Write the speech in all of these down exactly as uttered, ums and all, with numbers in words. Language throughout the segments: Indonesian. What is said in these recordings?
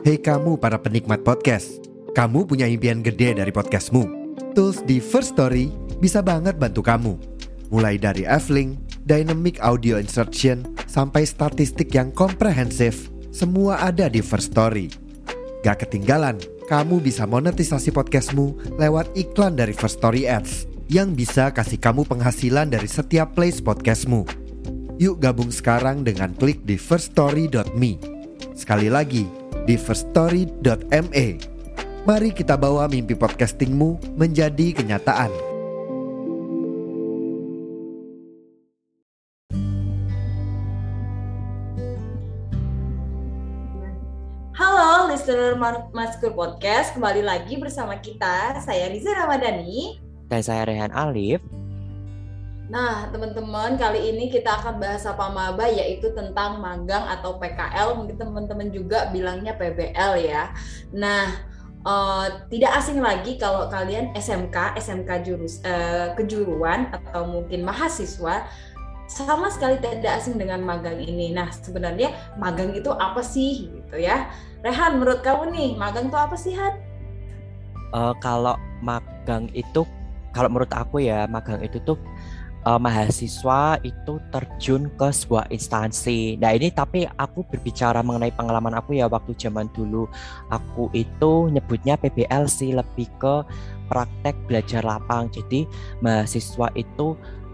Hei kamu para penikmat podcast, kamu punya impian gede dari podcastmu. Tools di First Story bisa banget bantu kamu. Mulai dari F-Link, Dynamic Audio Insertion, sampai statistik yang komprehensif, semua ada di First Story. Gak ketinggalan, kamu bisa monetisasi podcastmu lewat iklan dari First Story Ads yang bisa kasih kamu penghasilan dari setiap plays podcastmu. Yuk gabung sekarang dengan klik di first story dot me. Sekali lagi, di first story dot me. Mari kita bawa mimpi podcastingmu menjadi kenyataan. Halo listener Maskur Podcast, kembali lagi bersama kita. Saya Riza Ramadhani dan saya Rehan Alif. Nah teman-teman, kali ini kita akan bahas apa maba, yaitu tentang magang atau P K L. Mungkin teman-teman juga bilangnya P B L ya. Nah uh, tidak asing lagi kalau kalian S M K, S M K jurus, uh, kejuruan atau mungkin mahasiswa, sama sekali tidak asing dengan magang ini. Nah sebenarnya magang itu apa sih gitu ya. Rehan, menurut kamu nih magang itu apa sih, Han? Uh, kalau magang itu, kalau menurut aku ya, magang itu tuh uh, mahasiswa itu terjun ke sebuah instansi. Nah ini tapi aku berbicara mengenai pengalaman aku ya, waktu zaman dulu aku itu nyebutnya P B L sih, lebih ke praktek belajar lapang. Jadi mahasiswa itu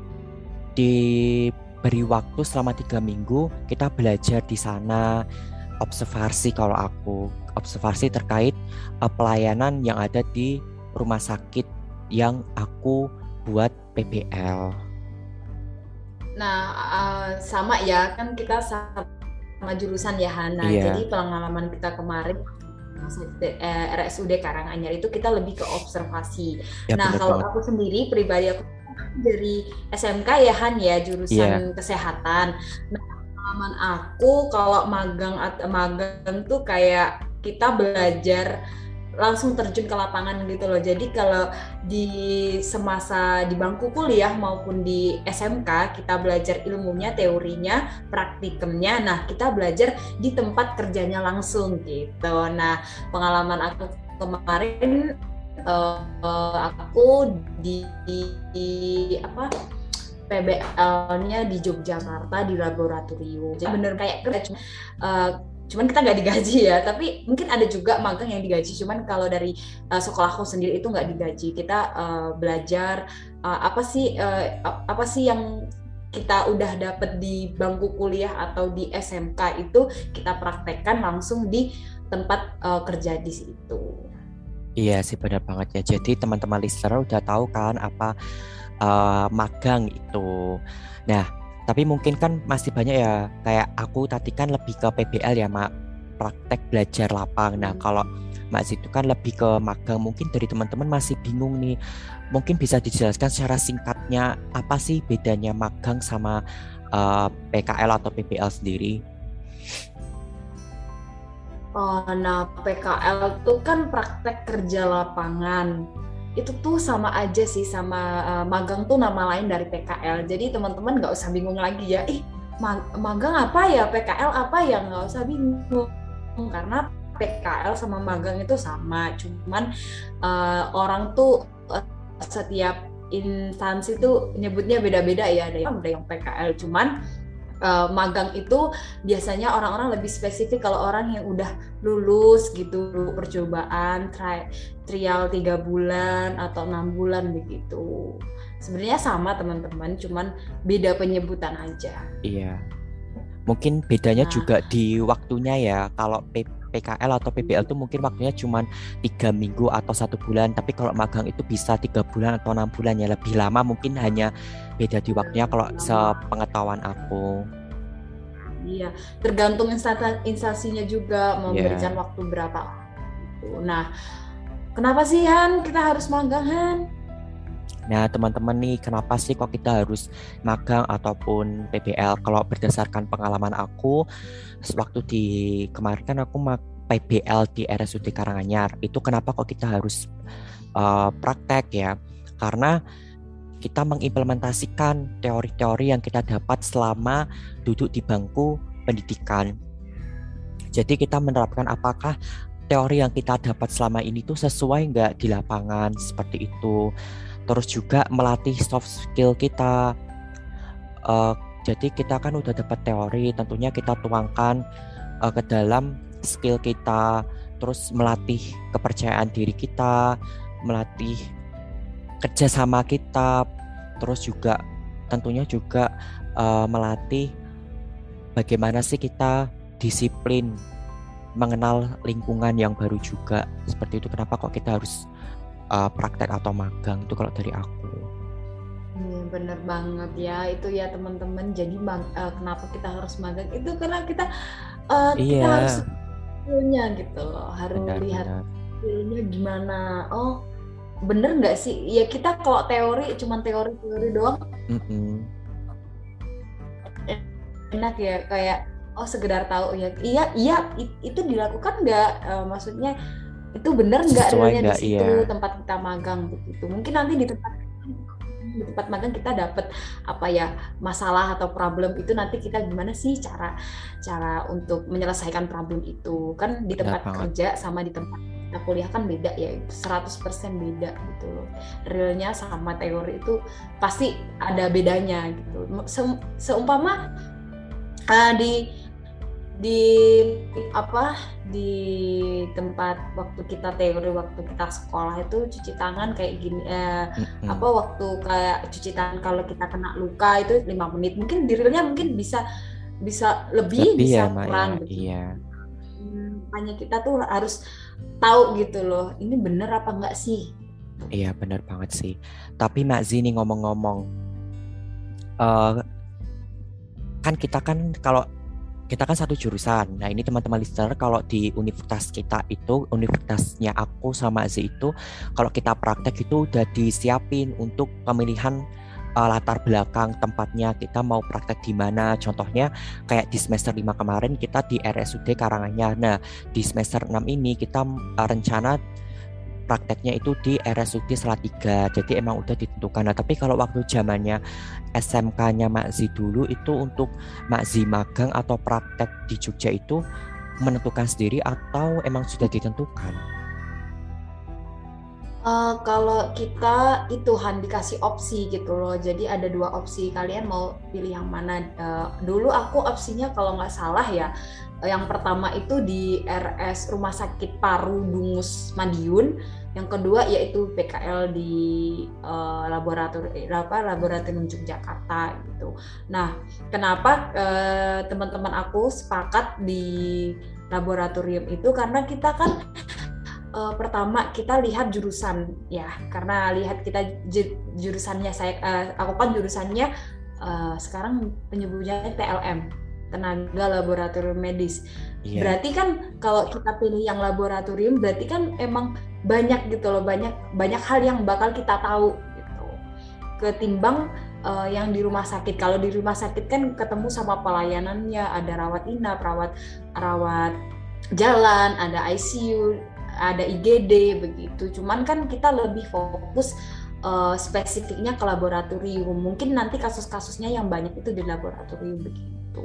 diberi waktu selama tiga minggu, kita belajar di sana, observasi kalau aku, observasi terkait uh, pelayanan yang ada di rumah sakit yang aku buat P B L. Nah, uh, sama ya, kan kita sama jurusan ya, Hana. Iya. Jadi pengalaman kita kemarin eh, R S U D Karanganyar itu kita lebih ke observasi. Ya, nah, kalau banget. Aku sendiri pribadi aku dari S M K ya, Han ya, jurusan yeah. kesehatan. Nah, pengalaman aku kalau magang atau magang tuh kayak kita belajar langsung terjun ke lapangan gitu loh. Jadi kalau di semasa di bangku kuliah maupun di S M K kita belajar ilmunya, teorinya, praktikumnya. Nah, kita belajar di tempat kerjanya langsung gitu. Nah, pengalaman aku kemarin uh, uh, aku di, di, di apa P B L-nya di Yogyakarta di laboratorium. Jadi bener kayak kerja uh, cuman kita nggak digaji ya, tapi mungkin ada juga magang yang digaji, cuman kalau dari uh, sekolahku sendiri itu nggak digaji. Kita uh, belajar uh, apa sih uh, apa sih yang kita udah dapet di bangku kuliah atau di S M K itu kita praktekkan langsung di tempat uh, kerja di situ. Iya sih, benar banget ya. Jadi teman-teman listener udah tahu kan apa uh, magang itu. Nah, tapi mungkin kan masih banyak ya, kayak aku tadi kan lebih ke P B L ya, Mak, praktek belajar lapang. Nah kalau Mak itu kan lebih ke magang, mungkin dari teman-teman masih bingung nih, mungkin bisa dijelaskan secara singkatnya apa sih bedanya magang sama uh, P K L atau P B L sendiri? Oh, nah P K L tuh kan praktek kerja lapangan. Itu tuh sama aja sih sama uh, magang tuh nama lain dari P K L. Jadi teman-teman nggak usah bingung lagi ya, ih mag- magang apa ya, P K L apa ya, nggak usah bingung karena P K L sama magang itu sama, cuman uh, orang tuh uh, setiap instansi tuh nyebutnya beda-beda ya, ada yang, ada yang P K L, cuman Uh, magang itu biasanya orang-orang lebih spesifik kalau orang yang udah lulus gitu, percobaan tri- trial tiga bulan atau enam bulan begitu. Sebenarnya sama teman-teman, cuman beda penyebutan aja. Iya, mungkin bedanya nah. juga di waktunya ya. Kalau P- K L atau P B L itu mungkin waktunya cuma tiga minggu atau satu bulan, tapi kalau magang itu bisa tiga bulan atau enam bulan ya, lebih lama. Mungkin hanya beda di waktunya kalau sepengetahuan aku. Iya, tergantung instansinya juga memberikan yeah. waktu berapa. Nah, kenapa sih Han kita harus magang, Han? Nah teman-teman nih, kenapa sih kok kita harus magang ataupun P B L? Kalau berdasarkan pengalaman aku, waktu di kemarin kan aku P B L di R S U D Karanganyar. Itu kenapa kok kita harus uh, praktek ya? Karena kita mengimplementasikan teori-teori yang kita dapat selama duduk di bangku pendidikan. Jadi kita menerapkan apakah teori yang kita dapat selama ini tuh sesuai nggak di lapangan, seperti itu. Terus juga melatih soft skill kita. Uh, jadi kita kan udah dapat teori, tentunya kita tuangkan uh, ke dalam skill kita. Terus melatih kepercayaan diri kita, melatih kerjasama kita. Terus juga tentunya juga uh, melatih bagaimana sih kita disiplin, mengenal lingkungan yang baru juga. Seperti itu, kenapa kok kita harus uh, praktek atau magang, itu kalau dari aku. Hmm, bener banget ya, itu ya teman-teman. Jadi mag- uh, kenapa kita harus magang itu karena kita uh, Iya. kita harus skillnya gitu loh, harus Benar, lihat benar. skillnya gimana. Oh bener nggak sih? Ya kita kalau teori cuman teori-teori doang Mm-mm. enak ya, kayak oh sekedar tahu ya, iya iya it- itu dilakukan nggak, uh, maksudnya itu bener nggak Sesuai realnya di nggak, situ iya. tempat kita magang begitu. Mungkin nanti di tempat di tempat magang kita dapat apa ya, masalah atau problem itu nanti kita gimana sih cara cara untuk menyelesaikan problem itu. Kan di Benar tempat banget. kerja sama di tempat kita kuliah kan beda ya, seratus persen beda gitu loh. Realnya sama teori itu pasti ada bedanya gitu. Se- seumpama uh, di di apa di tempat waktu kita teori, waktu kita sekolah itu cuci tangan kayak gini, eh, Mm-mm. apa waktu kayak cuci tangan kalau kita kena luka itu lima menit, mungkin di realnya mungkin bisa bisa lebih, Lebih bisa ya, Mak, kurang ya. begitu. Iya. Hmm, makanya kita tuh harus tahu gitu loh, ini bener apa enggak sih. Iya, benar banget sih. Tapi Mak Zini ngomong-ngomong, uh, kan kita kan kalau kita kan satu jurusan. Nah ini teman-teman listener, kalau di universitas kita itu, universitasnya aku sama Z itu, kalau kita praktek itu udah disiapin untuk pemilihan uh, latar belakang tempatnya, kita mau praktek di mana. Contohnya kayak di semester lima kemarin kita di R S U D Karanganyar. Nah di semester enam ini kita uh, rencana prakteknya itu di R S U D Salatiga. Jadi emang udah ditentukan. Nah tapi kalau waktu zamannya S M K-nya Mak Zi dulu itu, untuk Mak Zi magang atau praktek di Jogja itu menentukan sendiri atau emang sudah ditentukan? Uh, kalau kita itu Han dikasih opsi gitu loh, jadi ada dua opsi, kalian mau pilih yang mana. Uh, dulu aku opsinya kalau nggak salah ya, yang pertama itu di R S Rumah Sakit Paru Dungus Madiun, yang kedua yaitu P K L di uh, laboratorium apa laboratorium Yogyakarta gitu. Nah, kenapa uh, teman-teman aku sepakat di laboratorium itu karena kita kan uh, pertama kita lihat jurusan ya, karena lihat kita jurusannya saya uh, aku kan jurusannya uh, sekarang penyebutnya T L M, tenaga laboratorium medis. Yeah. Berarti kan kalau kita pilih yang laboratorium berarti kan emang banyak gitu loh, banyak banyak hal yang bakal kita tahu gitu. Ketimbang uh, yang di rumah sakit. Kalau di rumah sakit kan ketemu sama pelayanannya, ada rawat inap, rawat rawat jalan, ada I C U, ada I G D begitu. Cuman kan kita lebih fokus uh, spesifiknya ke laboratorium. Mungkin nanti kasus-kasusnya yang banyak itu di laboratorium begitu.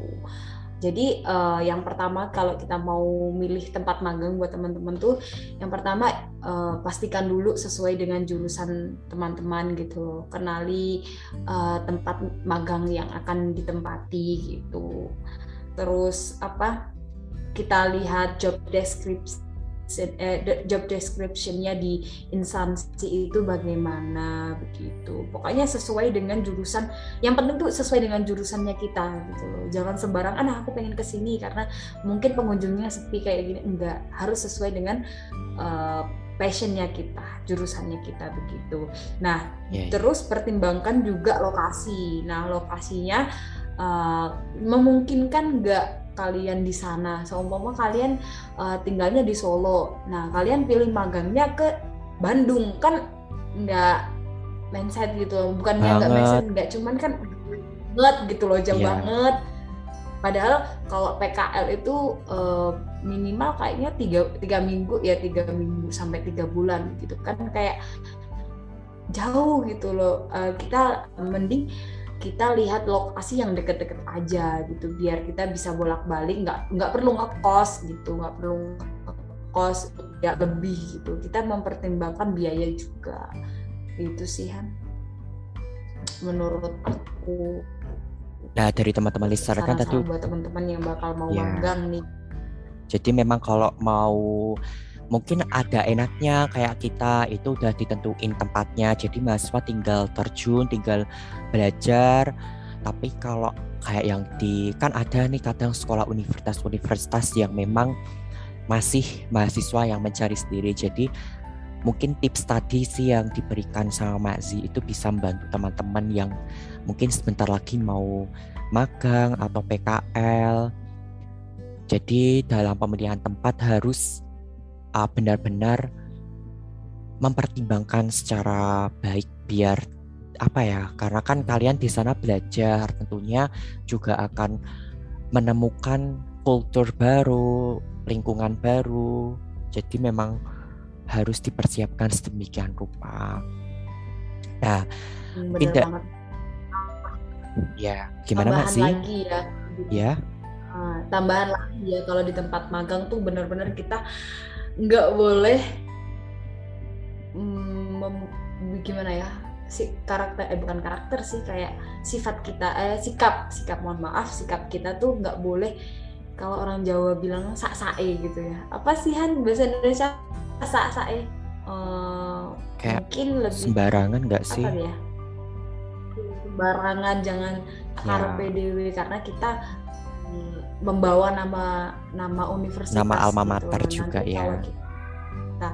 Jadi uh, yang pertama kalau kita mau milih tempat magang buat teman-teman tuh, yang pertama uh, pastikan dulu sesuai dengan jurusan teman-teman gitu. Kenali uh, tempat magang yang akan ditempati gitu. Terus apa? Kita lihat job description Eh, job description-nya di instansi itu bagaimana begitu. Pokoknya sesuai dengan jurusan. Yang penting tuh sesuai dengan jurusannya kita gitu loh. Jangan sembarangan, ah aku pengen kesini karena mungkin pengunjungnya sepi kayak gini. Enggak, harus sesuai dengan uh, passion-nya kita, jurusannya kita begitu. Nah, yeah. Terus pertimbangkan juga lokasi. Nah, lokasinya uh, memungkinkan enggak kalian di sana. Seumpama kalian uh, tinggalnya di Solo, nah kalian pilih magangnya ke Bandung, kan nggak mindset gitu, bukannya nggak mindset, nggak cuman kan banget gitu loh, jauh yeah. banget. Padahal kalau P K L itu uh, minimal kayaknya tiga tiga minggu ya, tiga minggu sampai tiga bulan gitu kan, kayak jauh gitu loh. Uh, kita mending kita lihat lokasi yang deket-deket aja gitu, biar kita bisa bolak-balik, nggak nggak perlu ngekos gitu, nggak perlu ngekos ya lebih gitu. Kita mempertimbangkan biaya juga, gitu sih Han, menurut aku. Nah, dari teman-teman listener kan tadi Saran-saran buat teman-teman yang bakal mau ya. magang nih. Jadi memang kalau mau mungkin ada enaknya kayak kita itu udah ditentuin tempatnya, jadi mahasiswa tinggal terjun, tinggal belajar. Tapi kalau kayak yang di kan ada nih kadang sekolah universitas-universitas yang memang masih mahasiswa yang mencari sendiri. Jadi mungkin tips tadi sih yang diberikan sama Makzi itu bisa membantu teman-teman yang mungkin sebentar lagi mau magang atau P K L. Jadi dalam pemilihan tempat harus uh, benar-benar mempertimbangkan secara baik biar apa ya, karena kan kalian di sana belajar, tentunya juga akan menemukan kultur baru, lingkungan baru. Jadi memang harus dipersiapkan sedemikian rupa. Nah, Bener tidak banget. Ya, gimana Tambahan Mak sih? lagi ya. Ya. Nah, tambahan lagi ya, kalau di tempat magang tuh benar-benar kita nggak boleh mm, mem- gimana ya, si karakter eh bukan karakter sih, kayak sifat kita eh sikap sikap mohon maaf sikap kita tuh nggak boleh, kalau orang Jawa bilang sak-sae gitu ya. Apa sih Han bahasa Indonesia sak-sae? Uh, Kayak mungkin lebih sembarangan nggak sih? apa ya? Sembarangan, jangan karepe Ya, dewe, karena kita mm, membawa nama nama universitas nama alma gitu. mater juga Nanti kalau ya. kita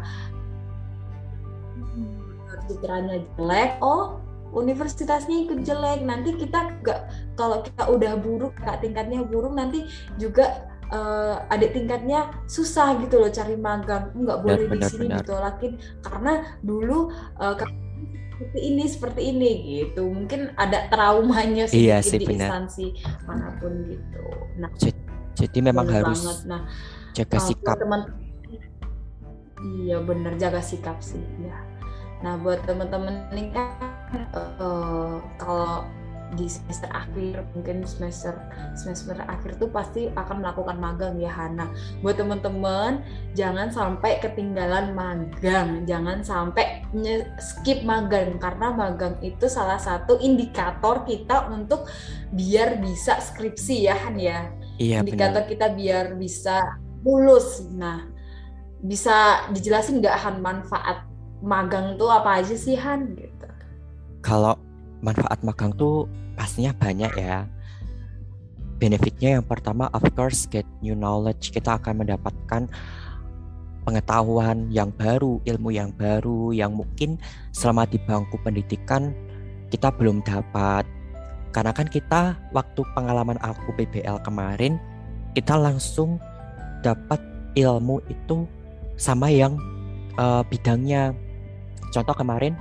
mm, citranya jelek, oh universitasnya ikut jelek, nanti kita nggak, kalau kita udah buruk, kakak tingkatnya buruk, nanti juga uh, adik tingkatnya susah gitu loh cari magang, nggak boleh di Benar, sini benar. ditolakin karena dulu uh, seperti ini seperti ini gitu, mungkin ada traumanya Iya sedikit sih, di benar. instansi manapun gitu. Nah, Jadi, jadi memang bener harus banget. Nah, jaga uh, sikap. buat teman, iya bener, jaga sikap sih ya. Nah, buat teman-teman ini kan uh, kalau di semester akhir, mungkin semester semester akhir tuh pasti akan melakukan magang ya Hana. Buat teman-teman jangan sampai ketinggalan magang, jangan sampai skip magang, karena magang itu salah satu indikator kita untuk biar bisa skripsi ya Han ya. Iya, Indikator benar. kita biar bisa lulus. Nah, bisa dijelasin nggak Han manfaat magang tuh apa aja sih Han gitu? Kalau manfaat magang tuh pastinya banyak ya. Benefitnya yang pertama, of course, get new knowledge. Kita akan mendapatkan pengetahuan yang baru, ilmu yang baru, yang mungkin selama di bangku pendidikan kita belum dapat. Karena kan kita waktu pengalaman aku P B L kemarin, kita langsung dapat ilmu itu sama yang uh, bidangnya. Contoh kemarin,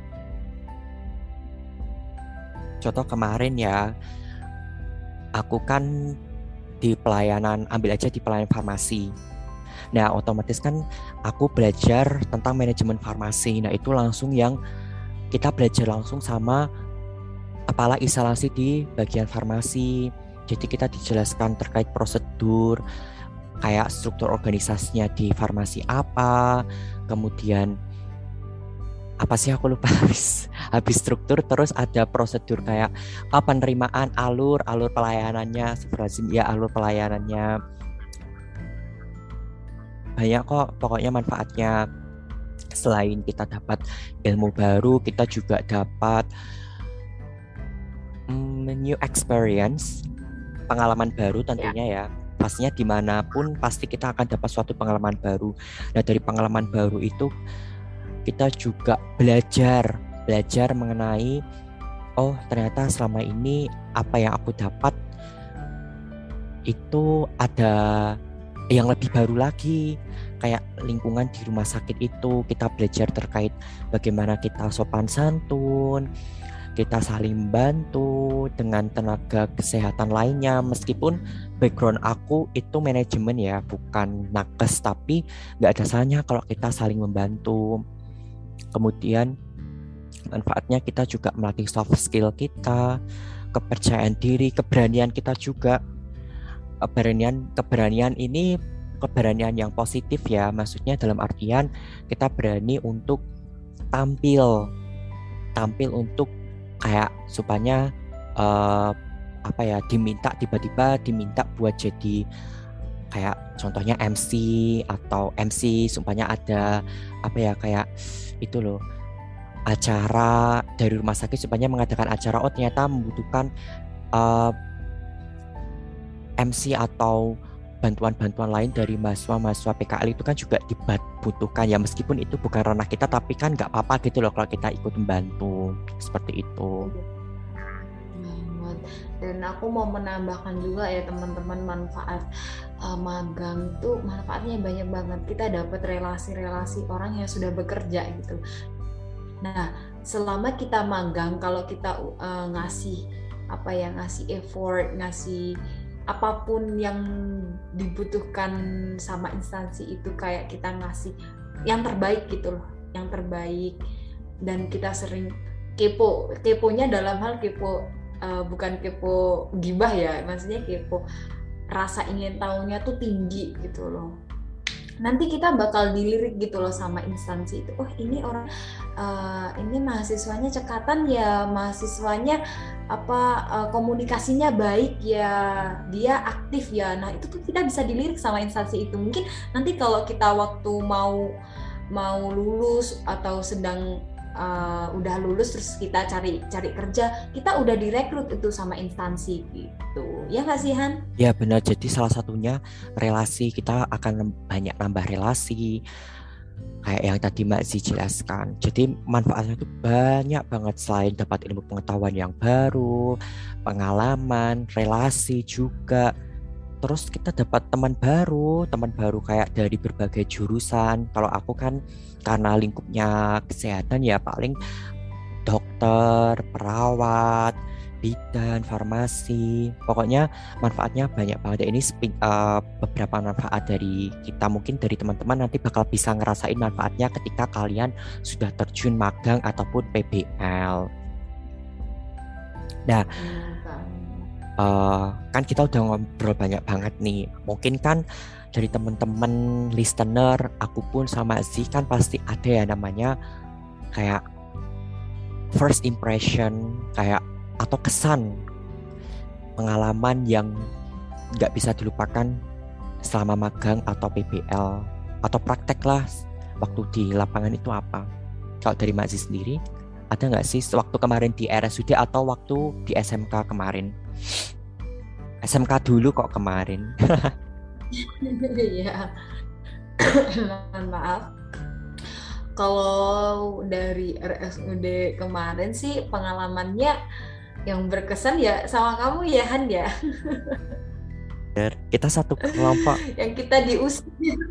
contoh kemarin ya, aku kan di pelayanan, ambil aja di pelayanan farmasi. Nah, otomatis kan aku belajar tentang manajemen farmasi. Nah, itu langsung yang kita belajar langsung sama kepala instalasi di bagian farmasi. Jadi kita dijelaskan terkait prosedur, kayak struktur organisasinya di farmasi apa, kemudian apa sih aku lupa habis habis struktur, terus ada prosedur kayak oh, penerimaan, alur alur pelayanannya, seperti ya alur pelayanannya banyak kok pokoknya manfaatnya. Selain kita dapat ilmu baru, kita juga dapat mm, new experience, pengalaman baru tentunya ya. Pastinya dimanapun pasti kita akan dapat suatu pengalaman baru. Nah, dari pengalaman baru itu kita juga belajar belajar mengenai oh ternyata selama ini apa yang aku dapat itu ada yang lebih baru lagi, kayak lingkungan di rumah sakit itu kita belajar terkait bagaimana kita sopan santun, kita saling membantu dengan tenaga kesehatan lainnya. Meskipun background aku itu manajemen ya, bukan nakes, tapi nggak ada salahnya kalau kita saling membantu. Kemudian manfaatnya kita juga melatih soft skill kita, kepercayaan diri, keberanian kita juga. Keberanian keberanian ini keberanian yang positif ya, maksudnya dalam artian kita berani untuk tampil tampil untuk kayak supaya uh, apa ya diminta tiba-tiba diminta buat jadi kayak contohnya M C atau M C supaya ada apa ya kayak itu loh acara dari rumah sakit supaya mengadakan acara, oh ternyata membutuhkan uh, M C atau bantuan-bantuan lain dari mahasiswa-mahasiswa P K L itu kan juga dibutuhkan ya, meskipun itu bukan ranah kita tapi kan nggak apa-apa gitu loh kalau kita ikut membantu seperti itu. Dan aku mau menambahkan juga ya teman-teman, manfaat uh, magang tuh manfaatnya banyak banget. Kita dapat relasi-relasi orang yang sudah bekerja gitu. Nah, selama kita magang, kalau kita uh, ngasih apa ya, ngasih effort, ngasih apapun yang dibutuhkan sama instansi itu, kayak kita ngasih yang terbaik gitu loh, yang terbaik. Dan kita sering kepo, keponya dalam hal kepo uh, bukan kepo gibah ya, maksudnya kepo rasa ingin tahunya tuh tinggi gitu loh. Nanti kita bakal dilirik gitu loh sama instansi itu. Oh ini orang, uh, ini mahasiswanya cekatan ya, mahasiswanya apa uh, komunikasinya baik ya, dia aktif ya. Nah itu tuh kita bisa dilirik sama instansi itu. Mungkin nanti kalau kita waktu mau mau lulus atau sedang uh, udah lulus terus kita cari cari kerja, kita udah direkrut itu sama instansi gitu. Ya nggak sih Han? Ya benar, jadi salah satunya relasi, kita akan banyak nambah relasi kayak yang tadi Mbak Zi jelaskan. Jadi manfaatnya itu banyak banget, selain dapat ilmu pengetahuan yang baru, pengalaman, relasi juga. Terus kita dapat teman baru, teman baru kayak dari berbagai jurusan. Kalau aku kan karena lingkupnya kesehatan ya paling dokter, perawat, bidan, farmasi. Pokoknya manfaatnya banyak banget. Ini uh, beberapa manfaat dari kita, mungkin dari teman-teman nanti bakal bisa ngerasain manfaatnya ketika kalian sudah terjun magang ataupun P B L. Nah, Uh, kan kita udah ngobrol banyak banget nih. Mungkin kan dari teman-teman listener, aku pun sama Zi kan pasti ada ya namanya kayak first impression, kayak atau kesan pengalaman yang nggak bisa dilupakan selama magang atau P B L atau praktek lah waktu di lapangan itu apa? Kalau dari Mbak Zi sendiri, ada nggak sih waktu kemarin di R S U D atau waktu di S M K kemarin? S M K dulu kok kemarin. Iya. Maaf. Kalau dari R S U D kemarin sih pengalamannya yang berkesan ya sama kamu ya Han ya. Kita satu kelompok. Yang kita diusir.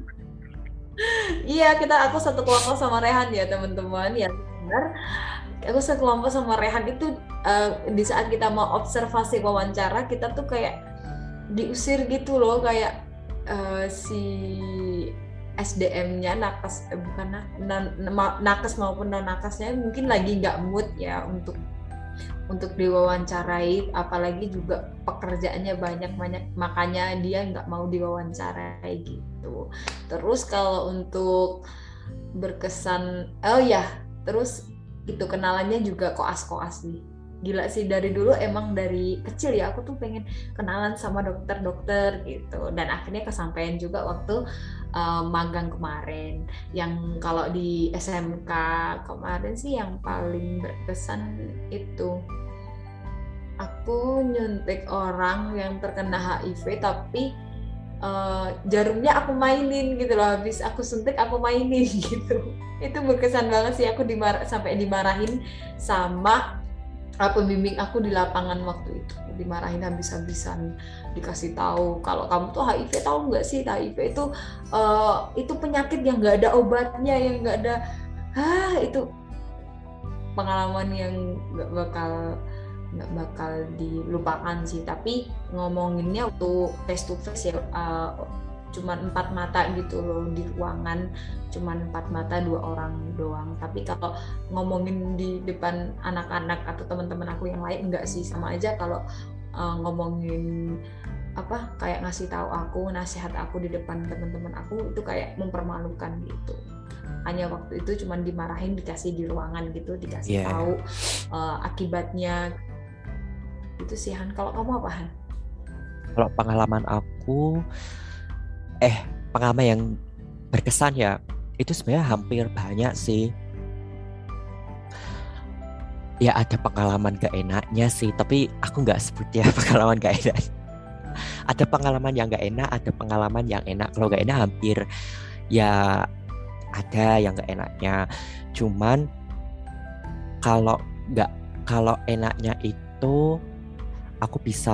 Iya, kita aku satu kelompok sama Rehan ya teman-teman ya benar. Aku sekelompok sama Rehan itu uh, di saat kita mau observasi wawancara, kita tuh kayak diusir gitu loh, kayak uh, si S D M-nya nakes eh, bukan nak, nakes maupun non nakesnya mungkin lagi nggak mood ya untuk untuk diwawancarai, apalagi juga pekerjaannya banyak-banyak, makanya dia nggak mau diwawancarai gitu. Terus kalau untuk berkesan, oh ya, terus itu kenalannya juga koas-koas nih. Gila sih, dari dulu emang dari kecil ya aku tuh pengen kenalan sama dokter-dokter gitu, dan akhirnya kesampaian juga waktu uh, magang kemarin. Yang kalau di S M K kemarin sih yang paling berkesan itu aku nyuntik orang yang terkena H I V tapi uh, jarumnya aku mainin gitu loh, habis aku suntik aku mainin gitu. Itu berkesan banget sih, aku dimar- sampai dimarahin sama uh, pembimbing aku di lapangan waktu itu, dimarahin habis-habisan, dikasih tahu kalau kamu tuh H I V, tahu nggak sih H I V itu uh, itu penyakit yang nggak ada obatnya, yang nggak ada, ah itu pengalaman yang nggak bakal nggak bakal dilupakan sih. Tapi ngomonginnya waktu face to face ya, uh, cuman empat mata gitu loh di ruangan, cuman empat mata dua orang doang. Tapi kalau ngomongin di depan anak-anak atau teman-teman aku yang lain enggak sih, sama aja kalau uh, ngomongin apa kayak ngasih tahu aku nasihat aku di depan teman-teman aku itu kayak mempermalukan gitu. Hanya waktu itu cuman dimarahin, dikasih di ruangan gitu, dikasih yeah. tahu uh, akibatnya itu sih Han. Kalau kamu apa Han? Kalau pengalaman aku eh pengalaman yang berkesan ya itu sebenarnya hampir banyak sih. Ya ada pengalaman gak enaknya sih, tapi aku nggak sebut ya pengalaman gak enak. Ada pengalaman yang gak enak, ada pengalaman yang enak. Kalau gak enak hampir ya ada yang gak enaknya. Cuman kalau nggak kalau enaknya itu aku bisa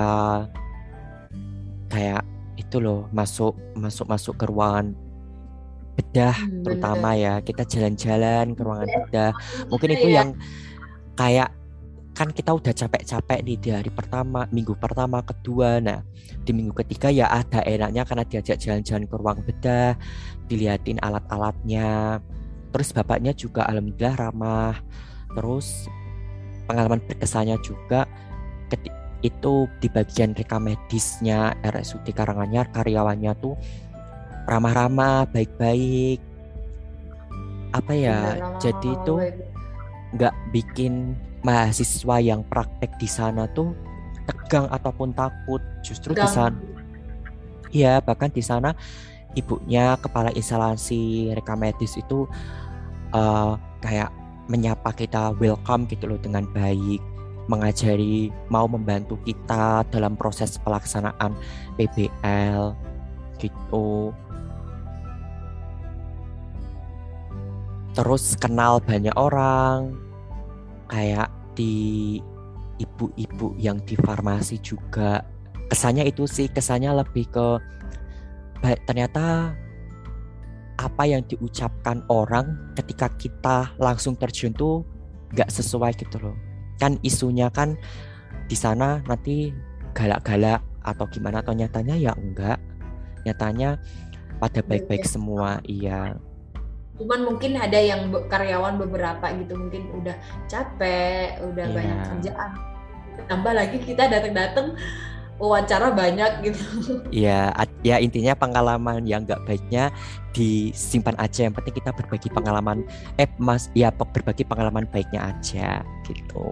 kayak itu loh masuk masuk masuk ke ruangan bedah, hmm, terutama ya kita jalan-jalan ke ruangan bedah. Mungkin itu yang kayak kan kita udah capek-capek nih di hari pertama, minggu pertama, kedua. Nah di minggu ketiga ya ada enaknya karena diajak jalan-jalan ke ruang bedah, dilihatin alat-alatnya. Terus bapaknya juga alhamdulillah ramah. Terus pengalaman berkesannya juga ketika itu di bagian rekam medisnya R S U D Karanganyar, karyawannya tuh ramah-ramah, baik-baik. Apa ya? Benar, jadi itu nggak bikin mahasiswa yang praktek di sana tuh tegang ataupun takut. Justru di sana, iya bahkan di sana ibunya kepala instalasi rekam medis itu uh, kayak menyapa kita, welcome gitu loh dengan baik, mengajari, mau membantu kita dalam proses pelaksanaan P B L gitu. Terus kenal banyak orang, kayak di ibu-ibu yang di farmasi juga. Kesannya itu sih, kesannya lebih ke ternyata apa yang diucapkan orang ketika kita langsung terjun tuh gak sesuai gitu loh. Kan isunya kan di sana nanti galak-galak atau gimana, atau nyatanya ya enggak, nyatanya pada baik-baik semua. Iya, cuman mungkin ada yang karyawan beberapa gitu mungkin udah capek, udah yeah. banyak kerjaan, tambah lagi kita datang-datang wawancara banyak gitu. Iya, ya intinya pengalaman yang nggak baiknya disimpan aja. Yang penting kita berbagi pengalaman, eh mas, ya berbagi pengalaman baiknya aja gitu.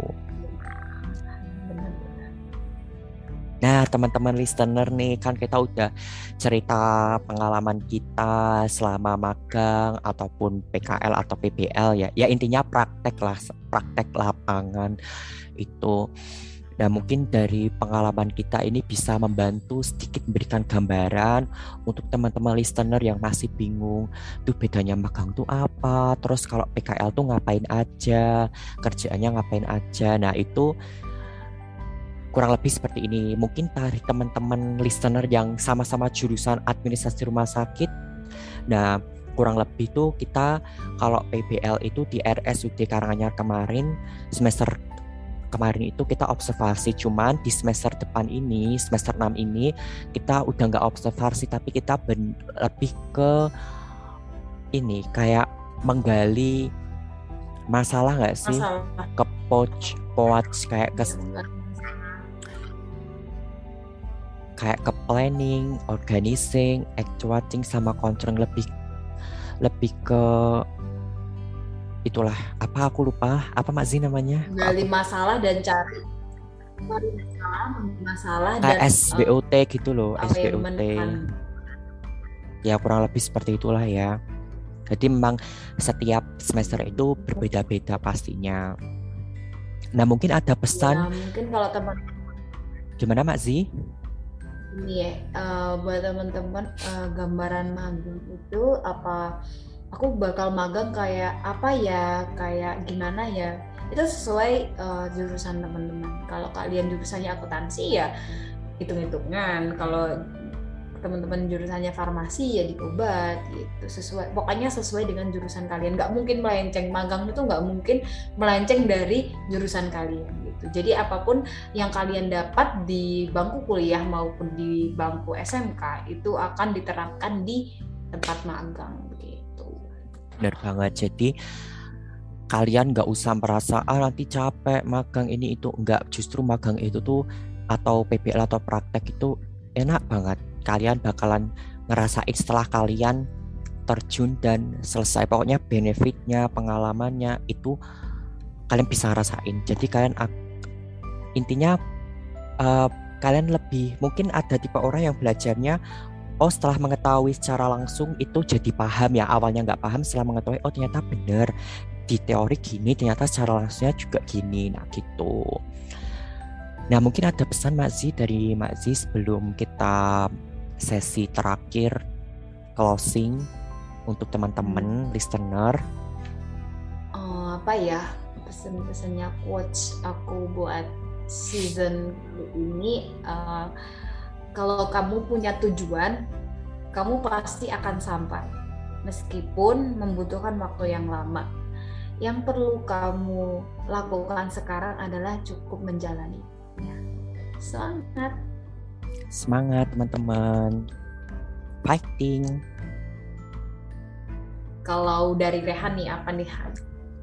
Nah, teman-teman listener nih, kan kita udah cerita pengalaman kita selama magang ataupun P K L atau P B L ya. Ya intinya praktek lah, praktek lapangan itu. Nah, mungkin dari pengalaman kita ini bisa membantu sedikit memberikan gambaran untuk teman-teman listener yang masih bingung, tuh bedanya magang tuh apa, terus kalau P K L tuh ngapain aja, kerjaannya ngapain aja. Nah, itu kurang lebih seperti ini. Mungkin dari teman-teman listener yang sama-sama jurusan administrasi rumah sakit, nah kurang lebih tuh kita kalau P B L itu di R S U D Karanganyar kemarin, semester kemarin itu kita observasi. Cuman di semester depan ini, semester enam ini kita udah nggak observasi, tapi kita ben- lebih ke ini kayak menggali masalah nggak sih, masalah. Ke pouch, pouch kayak ke kayak ke planning, organizing, actuating, sama controlling, lebih lebih ke itulah, apa aku lupa apa Mak Zee namanya, gali masalah dan cari cari masalah, masalah kayak dan S B O T uh, gitu loh, S B O T ya kurang lebih seperti itulah ya. Jadi memang setiap semester itu berbeda-beda pastinya. Nah mungkin ada pesan ya, mungkin kalau teman gimana Mak Zee? Ini ya, uh, buat teman-teman uh, gambaran magang itu apa, aku bakal magang kayak apa ya, kayak gimana ya, itu sesuai uh, jurusan teman-teman. Kalau kalian jurusannya akuntansi ya hitung-hitungan, kalau teman-teman jurusannya farmasi ya di obat gitu, sesuai, pokoknya sesuai dengan jurusan kalian. Nggak mungkin melenceng, magang itu nggak mungkin melenceng dari jurusan kalian gitu. gitu. Jadi apapun yang kalian dapat di bangku kuliah maupun di bangku S M K itu akan diterapkan di tempat magang gitu. Benar banget. Jadi kalian nggak usah merasa ah nanti capek magang ini itu, enggak. Justru magang itu tuh atau P B L atau praktek itu enak banget. Kalian bakalan ngerasain setelah kalian terjun dan selesai. Pokoknya benefitnya, pengalamannya itu kalian bisa rasain. Jadi kalian intinya uh, kalian lebih, mungkin ada tipe orang yang belajarnya oh setelah mengetahui secara langsung itu jadi paham ya. Awalnya nggak paham, setelah mengetahui oh ternyata bener di teori gini, ternyata secara langsungnya juga gini. Nah gitu. Nah mungkin ada pesan Mak Zi dari Mak Zi sebelum kita sesi terakhir closing untuk teman-teman listener. Uh, apa ya pesan-pesannya quotes aku buat season ini, uh, kalau kamu punya tujuan, kamu pasti akan sampai meskipun membutuhkan waktu yang lama. Yang perlu kamu lakukan sekarang adalah cukup menjalani. Ya. Semangat. Semangat teman-teman. Fighting. Kalau dari Rehan nih apa nih Han?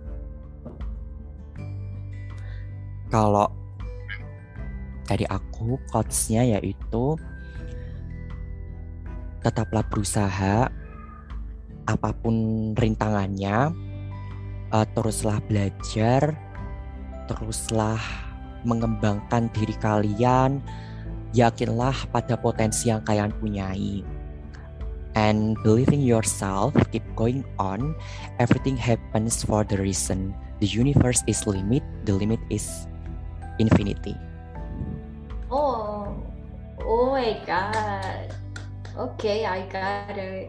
Kalau dari aku quotes-nya yaitu tetaplah berusaha apapun rintangannya, uh, teruslah belajar, teruslah mengembangkan diri kalian, yakinlah pada potensi yang kalian punyai. And believe in yourself, keep going on. Everything happens for the reason. The universe is limit, the limit is infinity. Oh, oh my god. Okay, I got it.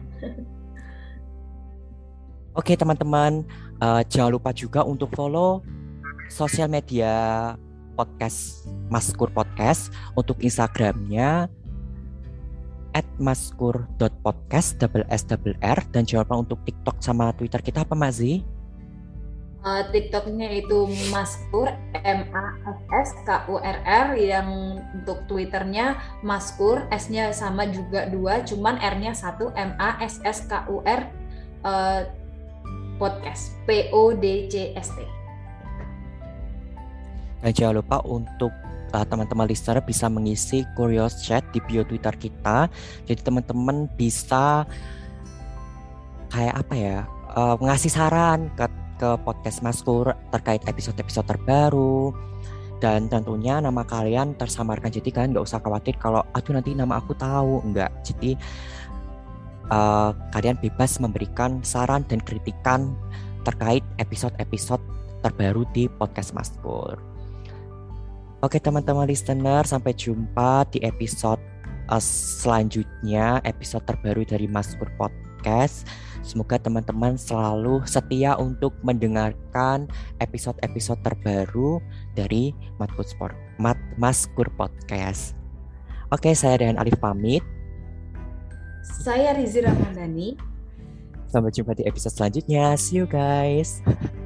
Oke okay, teman-teman, uh, jangan lupa juga untuk follow sosial media podcast Maskur Podcast. Untuk Instagramnya at maskur dot podcast double s double r, dan jangan lupa untuk TikTok sama Twitter kita apa Mak Zi? Uh, TikToknya itu Maskur M A S S K U R R, yang untuk Twitternya Maskur, S-nya sama juga dua, cuman R-nya satu, M A S S K U R uh, podcast P O D C S T. Dan jangan lupa untuk uh, teman-teman listener bisa mengisi Curious Chat di bio Twitter kita. Jadi teman-teman bisa kayak apa ya, uh, ngasih saran ke ke podcast Maskur terkait episode-episode terbaru, dan tentunya nama kalian tersamarkan. Jadi kalian nggak usah khawatir kalau aduh nanti nama aku tahu, enggak. Jadi uh, kalian bebas memberikan saran dan kritikan terkait episode-episode terbaru di podcast Maskur. Oke teman-teman listener, sampai jumpa di episode uh, selanjutnya, episode terbaru dari Maskur Podcast. Semoga teman-teman selalu setia untuk mendengarkan episode-episode terbaru dari Maskur, Maskur Podcast. Oke, saya Rehan Alif pamit. Saya Rizi Ramadhani. Sampai jumpa di episode selanjutnya. See you guys.